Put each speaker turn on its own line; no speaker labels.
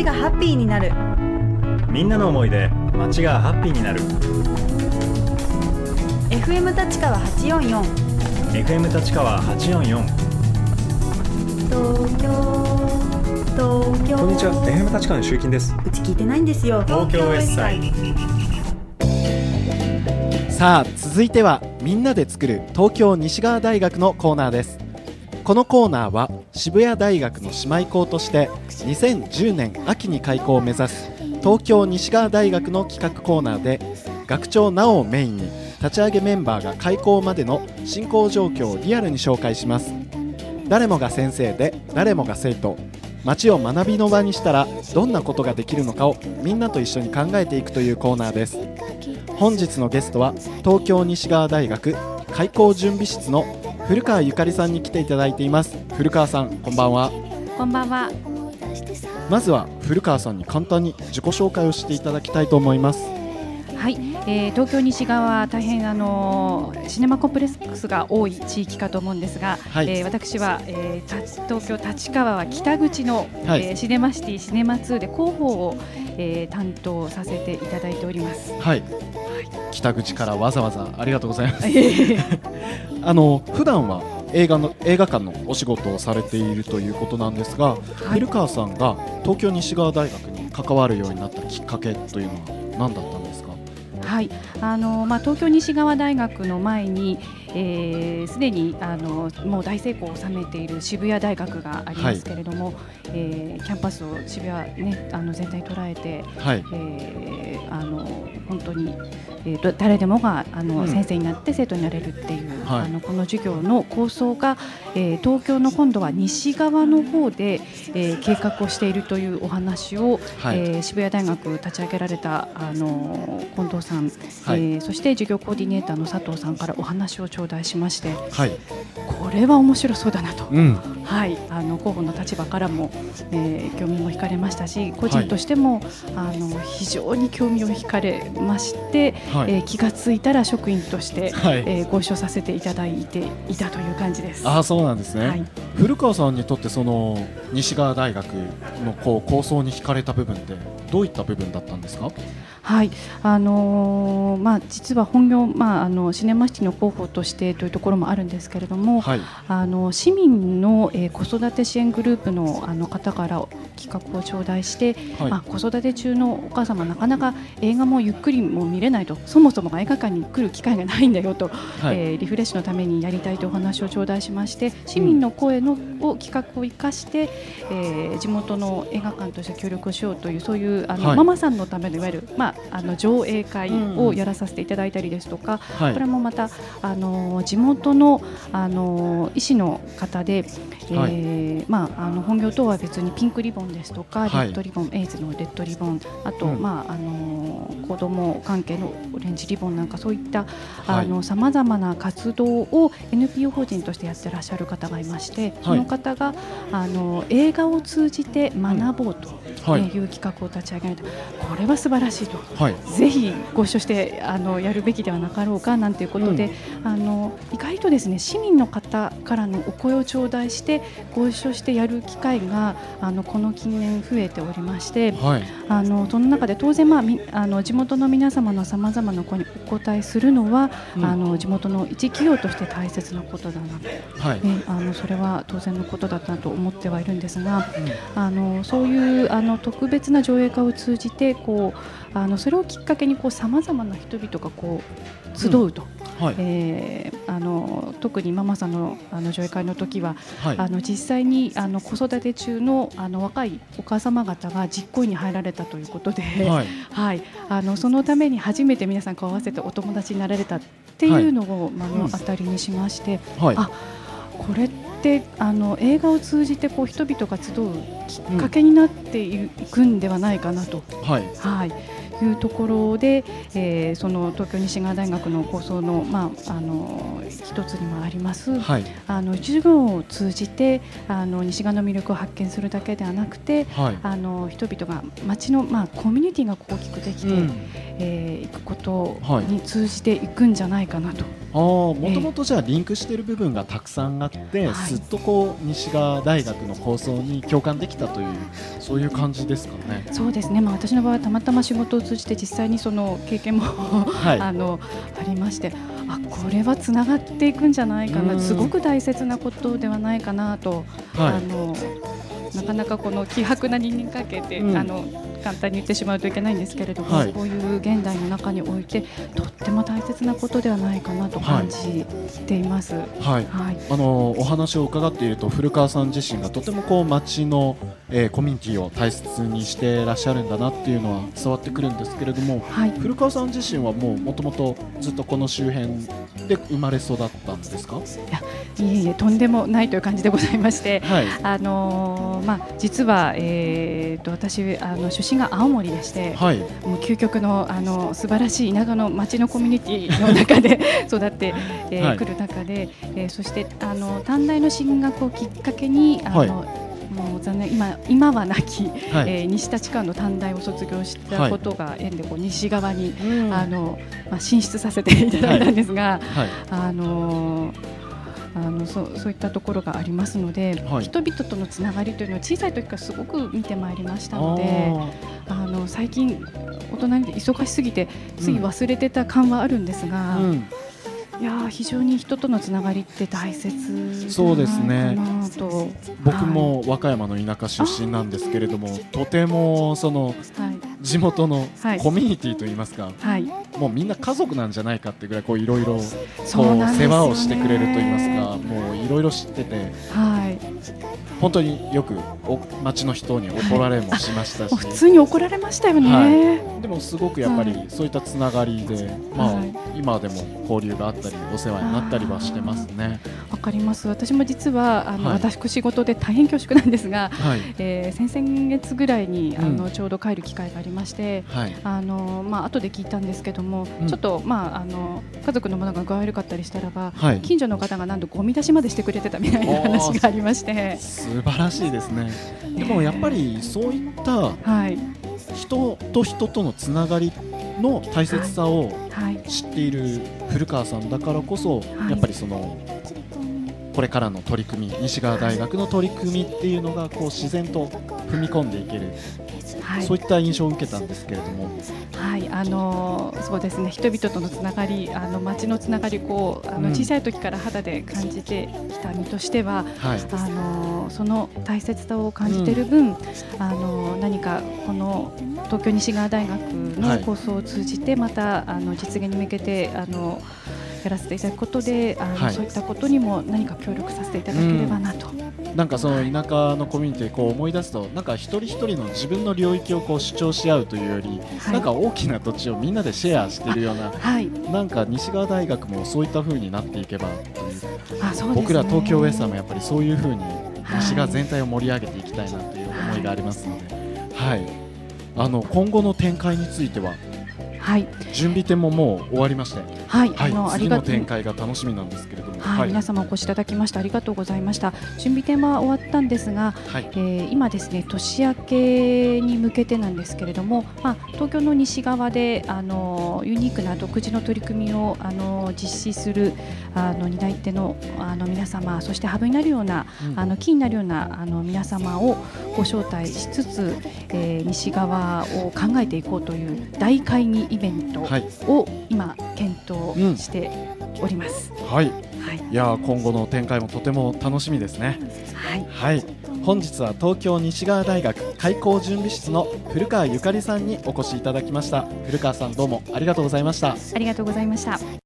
街がハッピーになる。
みんなの思いで街がハッピーになる。
FM 立川844
FM 立川844。
東京。
こんにちは、FM 立川の集金です。
うち聞いてないんですよ。
東京ウエストサイド。
さあ続いてはみんなで作る東京西側大学のコーナーです。このコーナーは渋谷大学の姉妹校として2010年秋に開校を目指す東京西側大学の企画コーナーで、学長なおをメインに立ち上げメンバーが開校までの進行状況をリアルに紹介します。誰もが先生で誰もが生徒、街を学びの場にしたらどんなことができるのかをみんなと一緒に考えていくというコーナーです。本日のゲストは東京西側大学開校準備室の古川ゆかりさんに来ていただいています。古川さん、こんばんは。
こんばんは。
まずは古川さんに簡単に自己紹介をしていただきたいと思います。
はい、東京西側は大変シネマコンプレックスが多い地域かと思うんですが、はい、私は、東京立川は北口の、はい、シネマシティシネマ2で広報を、担当させていただいております。
はい、北口からわざわざありがとうございます普段は映画館のお仕事をされているということなんですが、はい、古川さんが東京西側大学に関わるようになったきっかけというのは何だったんですか？
はい、東京西側大学の前にすでにもう大成功を収めている渋谷大学がありますけれども、はい、キャンパスを渋谷、ね、全体捉えて、はい、本当に、誰でもが先生になって生徒になれるっていう、はい、この授業の構想が、東京の今度は西側の方で、計画をしているというお話を、はい、渋谷大学立ち上げられた近藤さん、はい、そして授業コーディネーターの佐藤さんからお話を頂戴しまして、はい、これは面白そうだなと、はい、広報の立場からも、興味も惹かれましたし、個人としても、はい、非常に興味を惹かれまして、はい、気がついたら職員として、はい、ご一緒させていただいていたという感じです。
あ、そうなんですね、はい、古川さんにとってその西側大学の構想に惹かれた部分ってどういった部分だったんですか？
はい、実は本業、シネマシティの広報としてというところもあるんですけれども、はい、市民の、子育て支援グループの、方から企画を頂戴して、はい、子育て中のお母様なかなか映画もゆっくりも見れないと、そもそもが映画館に来る機会がないんだよと、はい、リフレッシュのためにやりたいというお話を頂戴しまして、市民の声を企画を生かして、地元の映画館として協力をしようという、そういうはい、ママさんのためのいわゆる、上映会をやらさせていただいたりですとか、これもまた地元の、医師の方で、はい、本業とは別にピンクリボンですとか、レッドリボン、エイズのレッドリボン、あと、子ども関係のオレンジリボンなんか、そういったさまざまな活動を NPO 法人としてやってらっしゃる方がいまして、その方が映画を通じて学ぼうという企画を立ち上げられた、これは素晴らしいと、はい、ぜひご一緒してやるべきではなかろうかなんていうことで、意外とですね、市民の方からのお声を頂戴してご一緒してやる機会がこの近年増えておりまして、はい、その中で当然、地元の皆様のさまざまな声にお答えするのは、地元の一企業として大切なことだなと、はい、それは当然のことだったと思ってはいるんですが、そういう特別な上映会を通じてそれをきっかけにさまざまな人々が集うと、はい、特にママさんの上映会の時は、はい、実際に子育て中の若いお母様方が実行委員に入られたということで、はいはい、そのために初めて皆さん顔を合わせてお友達になられたっていうのを目の当たりにしまして、はい、これって映画を通じて人々が集うきっかけになっていくんではないかなと、はいはい、いうところで、その東京西側大学の構想の、一つにもあります、はい、授業を通じて西側の魅力を発見するだけではなくて、はい、人々が街の、コミュニティが大きくできていくことに通じていくんじゃないかなと。
もともとじゃあリンクしている部分がたくさんあって、
はい、
すっとこう西川大学の構想に共感できたというそういう感じですかね。
そうですね、私の場合はたまたま仕事を通じて実際にその経験も
はい、
ありまして、これはつながっていくんじゃないかな、すごく大切なことではないかなと、
はい、
なかなかこの希薄な人間関係って、簡単に言ってしまうといけないんですけれども、はい、こういう現代の中においてとっても大切なことではないかなと感じています。はい
はいはい、お話を伺っていると古川さん自身がとてもこう町の、コミュニティを大切にしていらっしゃるんだなっていうのは伝わってくるんですけれども、はい、古川さん自身はもともとずっとこの周辺で生まれ育ったんですか？
いえとんでもないという感じでございまして、はい、実は、私出身が青森でして、はい、もう究極の素晴らしい田舎の町のコミュニティの中で育ってくる中で、そして短大の進学をきっかけにもう残念今はなき、西立川の短大を卒業したことが縁でこう西側に、進出させていただいたんですが、そういったところがありますので、人々とのつながりというのは小さい時からすごく見てまいりましたので、最近大人に忙しすぎてつい忘れてた感はあるんですが、いや非常に人とのつながりって大切じゃないかなと。
僕も和歌山の田舎出身なんですけれども、とてもその、地元のコミュニティといいますか、もうみんな家族なんじゃないかってぐらいいろいろ世話をしてくれるといいますか、もういろいろ知ってて、本当によく町の人に怒られもしましたし、
普通に怒られましたよね。
でもすごくやっぱりそういったつながりで、今でも交流があったりお世話になったりはしてますね。
わかります。私も実は私仕事で大変恐縮なんですが、先々月ぐらいにちょうど帰る機会がありまして、後で聞いたんですけども、ちょっと家族のものが具合悪かったりしたらば、近所の方が何度ゴミ出しまでしてくれてたみたいな話がありまして、
素晴らしいですね。でもやっぱりそういった人と人とのつながりの大切さを知っている古川さんだからこそ、やっぱりそのこれからの取り組み、西川大学の取り組みっていうのがこう自然と踏み込んでいける、そういった印象を受けたんですけれども、
そうですね、人々とのつながり、町のつながり小さい時から肌で感じてきた身としては、その大切さを感じている分、何かこの東京西川大学の構想を通じてまた実現に向けてやらせていただくことで、そういったことにも何か協力させていただければなと。
なんかその田舎のコミュニティ思い出すと、なんか一人一人の自分の領域を主張し合うというより、なんか大きな土地をみんなでシェアしているような、なんか西川大学もそういった風になっていけばという、僕ら東京ウエスタンもやっぱりそういう風に西川全体を盛り上げていきたいなという思いがありますので、今後の展開については、準備点ももう終わりまして、次の展開が楽しみなんですけれども、
皆様お越しいただきましてありがとうございました。準備点は終わったんですが、今ですね、年明けに向けてなんですけれども、東京の西側でユニークな独自の取り組みを実施する担い手の皆様、そしてハブになるようなキーになるような皆様をご招待しつつ、西側を考えていこうという大会議イベントを今検討しております。
いや今後の展開もとても楽しみですね。本日は東京西川大学開校準備室の古川ゆかりさんにお越しいただきました。古川さん、どうもありがとうございました。
ありがとうございました。